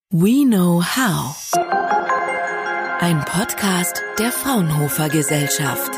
We Know How. Ein Podcast der Fraunhofer Gesellschaft.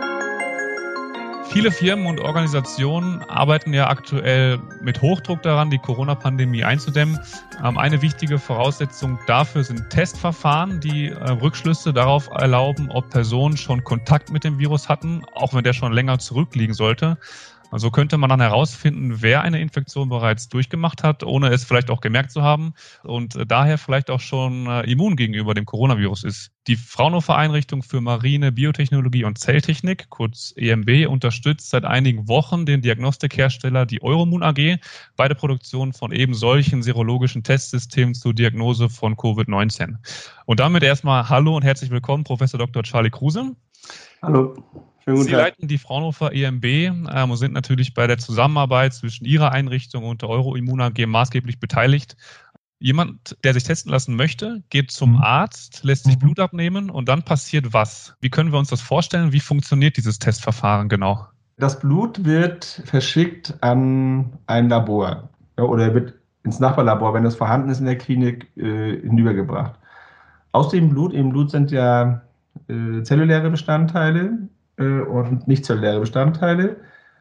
Viele Firmen und Organisationen arbeiten ja aktuell mit Hochdruck daran, die Corona-Pandemie einzudämmen. Eine wichtige Voraussetzung dafür sind Testverfahren, die Rückschlüsse darauf erlauben, ob Personen schon Kontakt mit dem Virus hatten, auch wenn der schon länger zurückliegen sollte. Also könnte man dann herausfinden, wer eine Infektion bereits durchgemacht hat, ohne es vielleicht auch gemerkt zu haben und daher vielleicht auch schon immun gegenüber dem Coronavirus ist. Die Fraunhofer Einrichtung für Marine Biotechnologie und Zelltechnik, kurz EMB, unterstützt seit einigen Wochen den Diagnostikhersteller, die Euroimmun AG, bei der Produktion von eben solchen serologischen Testsystemen zur Diagnose von Covid-19. Und damit erstmal Hallo und herzlich willkommen, Professor Dr. Charlie Kruse. Hallo. Sie leiten die Fraunhofer EMB und sind natürlich bei der Zusammenarbeit zwischen Ihrer Einrichtung und der Euroimmun AG maßgeblich beteiligt. Jemand, der sich testen lassen möchte, geht zum Arzt, lässt sich Blut abnehmen und dann passiert was? Wie können wir uns das vorstellen? Wie funktioniert dieses Testverfahren genau? Das Blut wird verschickt an ein Labor oder wird ins Nachbarlabor, wenn das vorhanden ist in der Klinik, hinübergebracht. Aus dem Blut, im Blut sind ja zelluläre Bestandteile und nicht-zelluläre Bestandteile.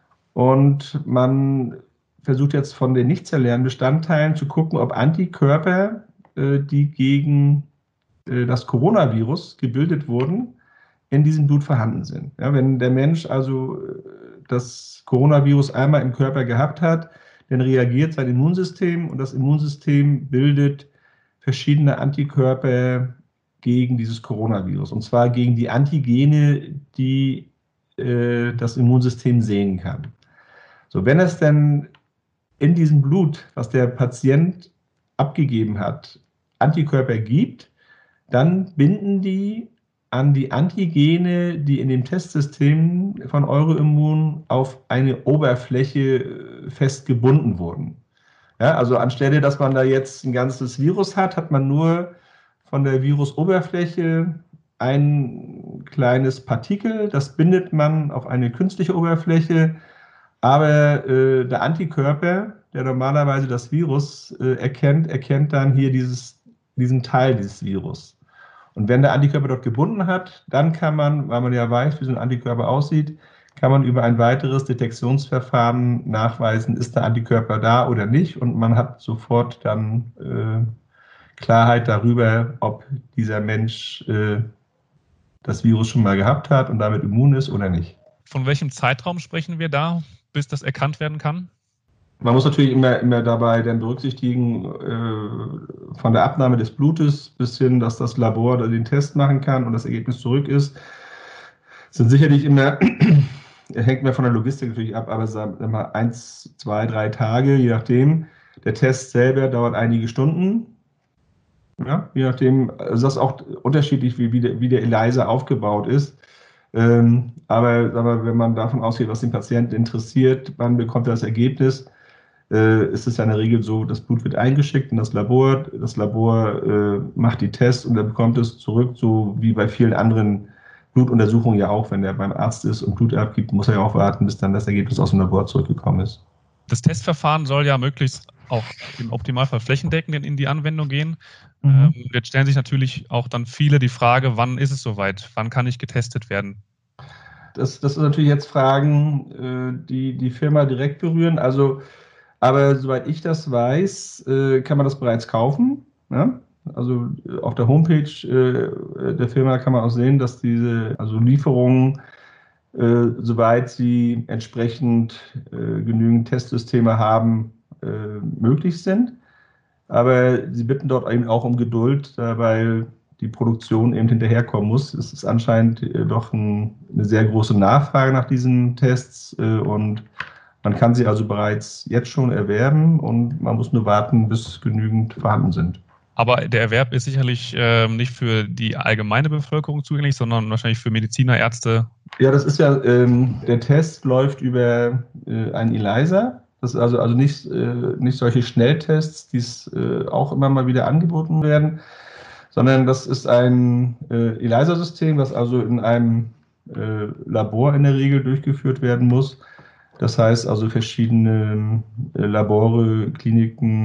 Und man versucht jetzt von den nicht-zellulären Bestandteilen zu gucken, ob Antikörper, die gegen das Coronavirus gebildet wurden, in diesem Blut vorhanden sind. Ja, wenn der Mensch also das Coronavirus einmal im Körper gehabt hat, dann reagiert sein Immunsystem und das Immunsystem bildet verschiedene Antikörper gegen dieses Coronavirus. Und zwar gegen die Antigene, die das Immunsystem sehen kann. So, wenn es dann in diesem Blut, was der Patient abgegeben hat, Antikörper gibt, dann binden die an die Antigene, die in dem Testsystem von Euroimmun auf eine Oberfläche fest gebunden wurden. Ja, also anstelle, dass man da jetzt ein ganzes Virus hat, hat man nur von der Virusoberfläche ein kleines Partikel, das bindet man auf eine künstliche Oberfläche, aber der Antikörper, der normalerweise das Virus erkennt dann hier diesen Teil dieses Virus. Und wenn der Antikörper dort gebunden hat, dann kann man, weil man ja weiß, wie so ein Antikörper aussieht, kann man über ein weiteres Detektionsverfahren nachweisen, ist der Antikörper da oder nicht, und man hat sofort dann Klarheit darüber, ob dieser Mensch das Virus schon mal gehabt hat und damit immun ist oder nicht. Von welchem Zeitraum sprechen wir da, bis das erkannt werden kann? Man muss natürlich immer dabei dann berücksichtigen, von der Abnahme des Blutes bis hin, dass das Labor den Test machen kann und das Ergebnis zurück ist. Sind sicherlich immer, hängt mehr von der Logistik natürlich ab, aber sagen wir mal 1, 2, 3 Tage, je nachdem. Der Test selber dauert einige Stunden. Ja, je nachdem, also das ist auch unterschiedlich, wie der ELISA aufgebaut ist. Aber wenn man davon ausgeht, was den Patienten interessiert, wann bekommt er das Ergebnis, ist es ja in der Regel so, das Blut wird eingeschickt in das Labor macht die Tests und dann bekommt es zurück, so wie bei vielen anderen Blutuntersuchungen ja auch. Wenn er beim Arzt ist und Blut abgibt, muss er ja auch warten, bis dann das Ergebnis aus dem Labor zurückgekommen ist. Das Testverfahren soll ja möglichst auch im Optimalfall flächendeckend in die Anwendung gehen. Jetzt stellen sich natürlich auch dann viele die Frage, wann ist es soweit? Wann kann ich getestet werden? Das sind natürlich jetzt Fragen, die Firma direkt berühren. Aber soweit ich das weiß, kann man das bereits kaufen. Ja? Also auf der Homepage der Firma kann man auch sehen, dass diese Lieferungen, soweit sie entsprechend genügend Testsysteme haben, möglich sind. Aber sie bitten dort eben auch um Geduld, weil die Produktion eben hinterherkommen muss. Es ist anscheinend doch eine sehr große Nachfrage nach diesen Tests und man kann sie also bereits jetzt schon erwerben und man muss nur warten, bis genügend vorhanden sind. Aber der Erwerb ist sicherlich nicht für die allgemeine Bevölkerung zugänglich, sondern wahrscheinlich für Mediziner, Ärzte. Ja, das ist ja, der Test läuft über einen ELISA. Das ist also nicht solche Schnelltests, die es auch immer mal wieder angeboten werden, sondern das ist ein ELISA-System, das also in einem Labor in der Regel durchgeführt werden muss. Das heißt also verschiedene Labore, Kliniken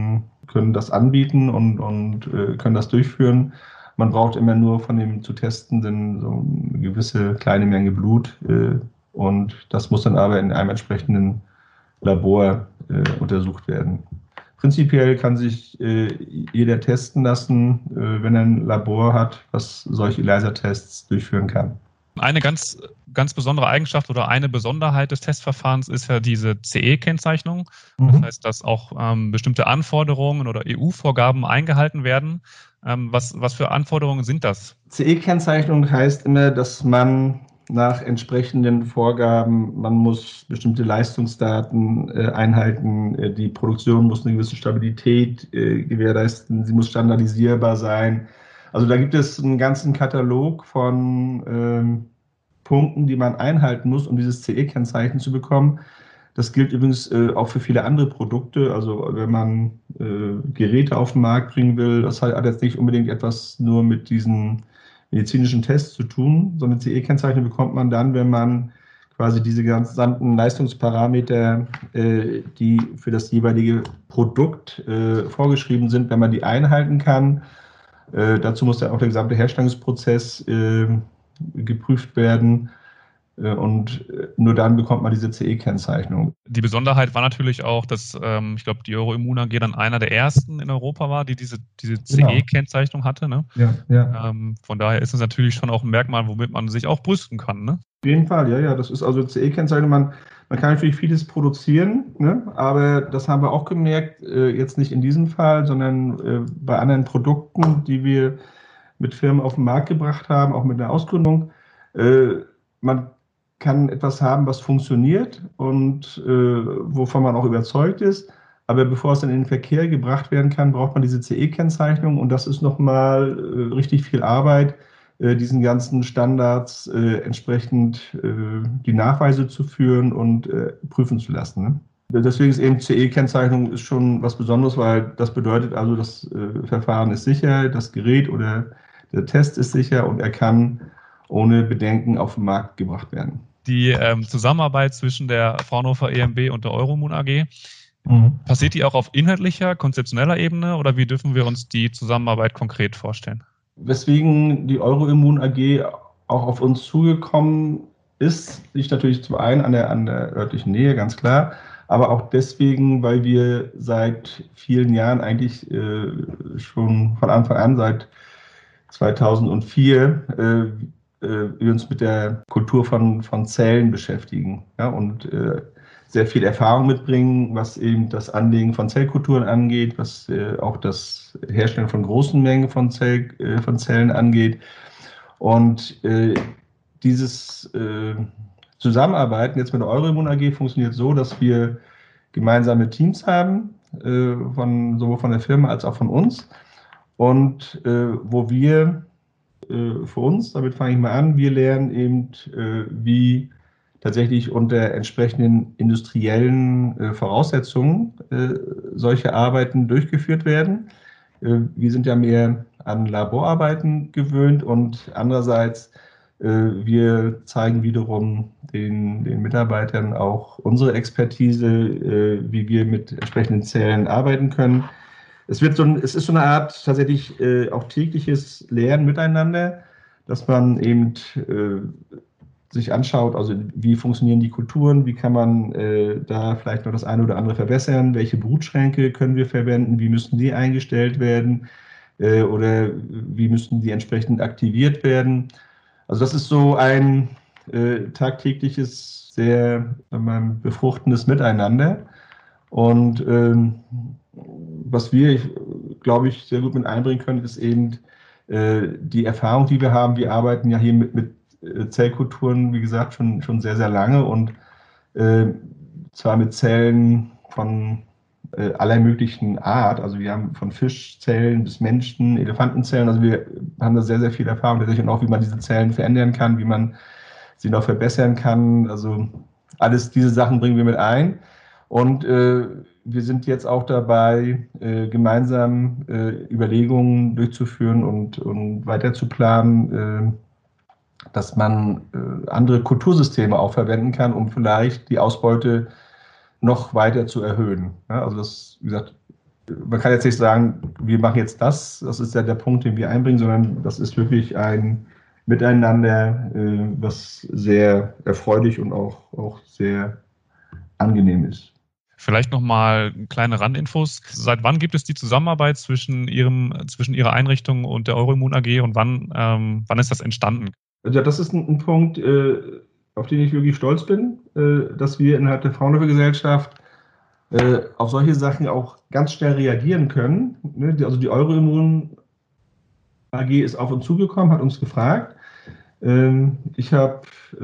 können das anbieten und können das durchführen. Man braucht immer nur von dem zu Testenden so eine gewisse kleine Menge Blut und das muss dann aber in einem entsprechenden Labor untersucht werden. Prinzipiell kann sich jeder testen lassen, wenn er ein Labor hat, was solche ELISA-Tests durchführen kann. Eine ganz besondere Eigenschaft oder eine Besonderheit des Testverfahrens ist ja diese CE-Kennzeichnung. Das heißt, dass auch bestimmte Anforderungen oder EU-Vorgaben eingehalten werden. Was für Anforderungen sind das? CE-Kennzeichnung heißt immer, dass man nach entsprechenden Vorgaben, man muss bestimmte Leistungsdaten einhalten, die Produktion muss eine gewisse Stabilität gewährleisten, sie muss standardisierbar sein. Also da gibt es einen ganzen Katalog von Punkten, die man einhalten muss, um dieses CE-Kennzeichen zu bekommen. Das gilt übrigens auch für viele andere Produkte. Also wenn man Geräte auf den Markt bringen will, das hat jetzt nicht unbedingt etwas nur mit diesen medizinischen Tests zu tun, sondern CE-Kennzeichnung bekommt man dann, wenn man quasi diese gesamten Leistungsparameter, die für das jeweilige Produkt vorgeschrieben sind, wenn man die einhalten kann. Dazu muss dann auch der gesamte Herstellungsprozess geprüft werden. Und nur dann bekommt man diese CE-Kennzeichnung. Die Besonderheit war natürlich auch, dass ich glaube, die Euroimmun AG dann einer der ersten in Europa war, die diese CE-Kennzeichnung hatte. Ne? Ja. Von daher ist es natürlich schon auch ein Merkmal, womit man sich auch brüsten kann. Ne? Auf jeden Fall, ja. Das ist also CE-Kennzeichnung. Man kann natürlich vieles produzieren, ne? Aber das haben wir auch gemerkt, jetzt nicht in diesem Fall, sondern bei anderen Produkten, die wir mit Firmen auf den Markt gebracht haben, auch mit einer Ausgründung. Man kann etwas haben, was funktioniert und wovon man auch überzeugt ist. Aber bevor es dann in den Verkehr gebracht werden kann, braucht man diese CE-Kennzeichnung und das ist nochmal richtig viel Arbeit, diesen ganzen Standards entsprechend die Nachweise zu führen und prüfen zu lassen. Ne? Deswegen ist eben CE-Kennzeichnung ist schon was Besonderes, weil das bedeutet also, das Verfahren ist sicher, das Gerät oder der Test ist sicher und er kann ohne Bedenken auf den Markt gebracht werden. Die Zusammenarbeit zwischen der Fraunhofer EMB und der Euroimmun AG, passiert die auch auf inhaltlicher, konzeptioneller Ebene oder wie dürfen wir uns die Zusammenarbeit konkret vorstellen? Weswegen die Euroimmun AG auch auf uns zugekommen ist, liegt natürlich zum einen an der örtlichen Nähe, ganz klar, aber auch deswegen, weil wir seit vielen Jahren eigentlich schon von Anfang an, seit 2004, wir uns mit der Kultur von Zellen beschäftigen, ja, und sehr viel Erfahrung mitbringen, was eben das Anlegen von Zellkulturen angeht, was auch das Herstellen von großen Mengen von Zellen angeht. Und dieses Zusammenarbeiten jetzt mit der Euroimmun AG funktioniert so, dass wir gemeinsame Teams haben, sowohl von der Firma als auch von uns. Und wo wir für uns, damit fange ich mal an, wir lernen eben, wie tatsächlich unter entsprechenden industriellen Voraussetzungen solche Arbeiten durchgeführt werden. Wir sind ja mehr an Laborarbeiten gewöhnt und andererseits wir zeigen wiederum den Mitarbeitern auch unsere Expertise, wie wir mit entsprechenden Zellen arbeiten können. Es ist so eine Art tatsächlich auch tägliches Lernen miteinander, dass man eben sich anschaut, also wie funktionieren die Kulturen, wie kann man da vielleicht noch das eine oder andere verbessern, welche Brutschränke können wir verwenden, wie müssen die eingestellt werden oder wie müssen die entsprechend aktiviert werden. Also das ist so ein tagtägliches, sehr befruchtendes Miteinander. Und was wir, glaube ich, sehr gut mit einbringen können, ist eben die Erfahrung, die wir haben. Wir arbeiten ja hier mit Zellkulturen, wie gesagt, schon sehr, sehr lange und zwar mit Zellen von aller möglichen Art. Also wir haben von Fischzellen bis Menschen, Elefantenzellen. Also wir haben da sehr, sehr viel Erfahrung und auch, wie man diese Zellen verändern kann, wie man sie noch verbessern kann. Also alles diese Sachen bringen wir mit ein. Und wir sind jetzt auch dabei, gemeinsam Überlegungen durchzuführen und weiter zu planen, dass man andere Kultursysteme auch verwenden kann, um vielleicht die Ausbeute noch weiter zu erhöhen. Ja, also das, wie gesagt, man kann jetzt nicht sagen, wir machen jetzt das ist ja der Punkt, den wir einbringen, sondern das ist wirklich ein Miteinander, was sehr erfreulich und auch sehr angenehm ist. Vielleicht nochmal kleine Randinfos. Seit wann gibt es die Zusammenarbeit zwischen Ihrer Einrichtung und der Euroimmun AG und wann ist das entstanden? Ja, das ist ein Punkt, auf den ich wirklich stolz bin, dass wir innerhalb der Fraunhofer Gesellschaft auf solche Sachen auch ganz schnell reagieren können. Also die Euroimmun AG ist auf uns zugekommen, hat uns gefragt. Ich habe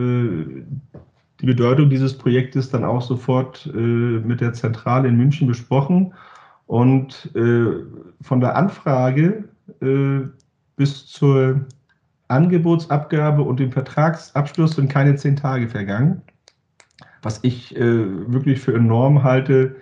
die Bedeutung dieses Projektes dann auch sofort mit der Zentrale in München besprochen. Und von der Anfrage bis zur Angebotsabgabe und dem Vertragsabschluss sind keine 10 Tage vergangen. Was ich wirklich für enorm halte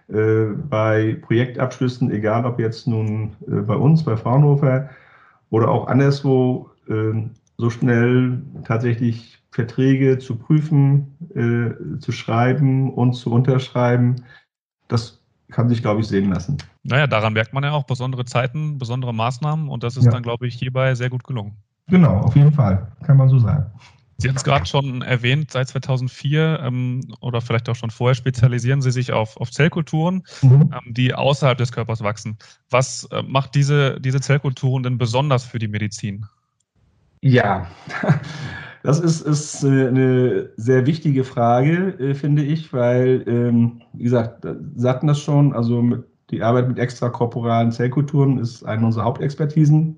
bei Projektabschlüssen, egal ob jetzt nun bei uns, bei Fraunhofer oder auch anderswo, so schnell tatsächlich Verträge zu prüfen, zu schreiben und zu unterschreiben, das kann sich, glaube ich, sehen lassen. Naja, daran merkt man ja auch besondere Zeiten, besondere Maßnahmen und das ist dann, glaube ich, hierbei sehr gut gelungen. Genau, auf jeden Fall, kann man so sagen. Sie hatten es gerade schon erwähnt, seit 2004 oder vielleicht auch schon vorher spezialisieren Sie sich auf Zellkulturen, die außerhalb des Körpers wachsen. Was macht diese Zellkulturen denn besonders für die Medizin? Ja, das ist eine sehr wichtige Frage, finde ich, weil, wie gesagt, Sie sagten das schon, also die Arbeit mit extrakorporalen Zellkulturen ist eine unserer Hauptexpertisen.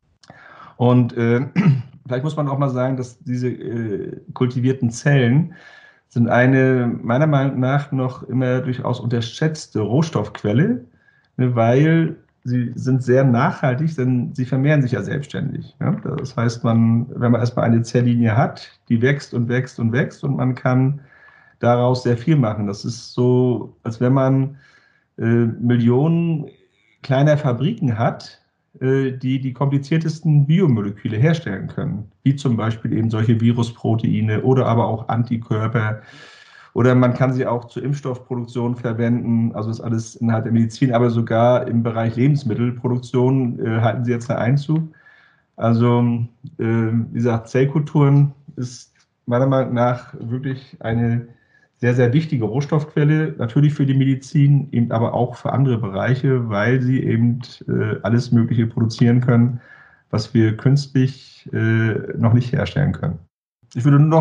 Und vielleicht muss man auch mal sagen, dass diese kultivierten Zellen sind eine meiner Meinung nach noch immer durchaus unterschätzte Rohstoffquelle, weil sie sind sehr nachhaltig, denn sie vermehren sich ja selbstständig. Ja? Das heißt, wenn man erstmal eine Zelllinie hat, die wächst und wächst und wächst und man kann daraus sehr viel machen. Das ist so, als wenn man Millionen kleiner Fabriken hat, die kompliziertesten Biomoleküle herstellen können, wie zum Beispiel eben solche Virusproteine oder aber auch Antikörper. Oder man kann sie auch zur Impfstoffproduktion verwenden, also das ist alles innerhalb der Medizin, aber sogar im Bereich Lebensmittelproduktion halten sie jetzt einen Einzug. Also, wie gesagt, Zellkulturen ist meiner Meinung nach wirklich eine sehr, sehr wichtige Rohstoffquelle, natürlich für die Medizin, eben aber auch für andere Bereiche, weil sie eben alles Mögliche produzieren können, was wir künstlich noch nicht herstellen können. Ich würde nur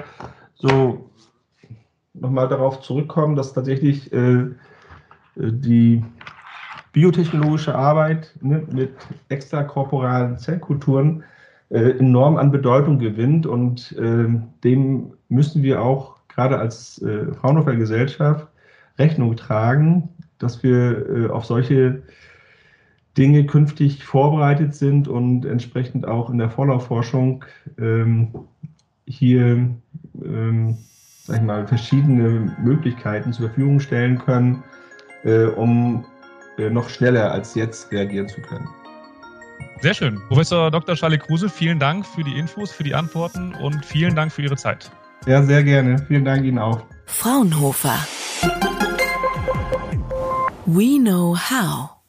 noch mal darauf zurückkommen, dass tatsächlich die biotechnologische Arbeit mit extrakorporalen Zellkulturen enorm an Bedeutung gewinnt und dem müssen wir auch gerade als Fraunhofer Gesellschaft Rechnung tragen, dass wir auf solche Dinge künftig vorbereitet sind und entsprechend auch in der Vorlaufforschung hier sag ich mal, verschiedene Möglichkeiten zur Verfügung stellen können, um noch schneller als jetzt reagieren zu können. Sehr schön. Professor Dr. Charlie Kruse, vielen Dank für die Infos, für die Antworten und vielen Dank für Ihre Zeit. Ja, sehr gerne. Vielen Dank Ihnen auch. Fraunhofer. We know how.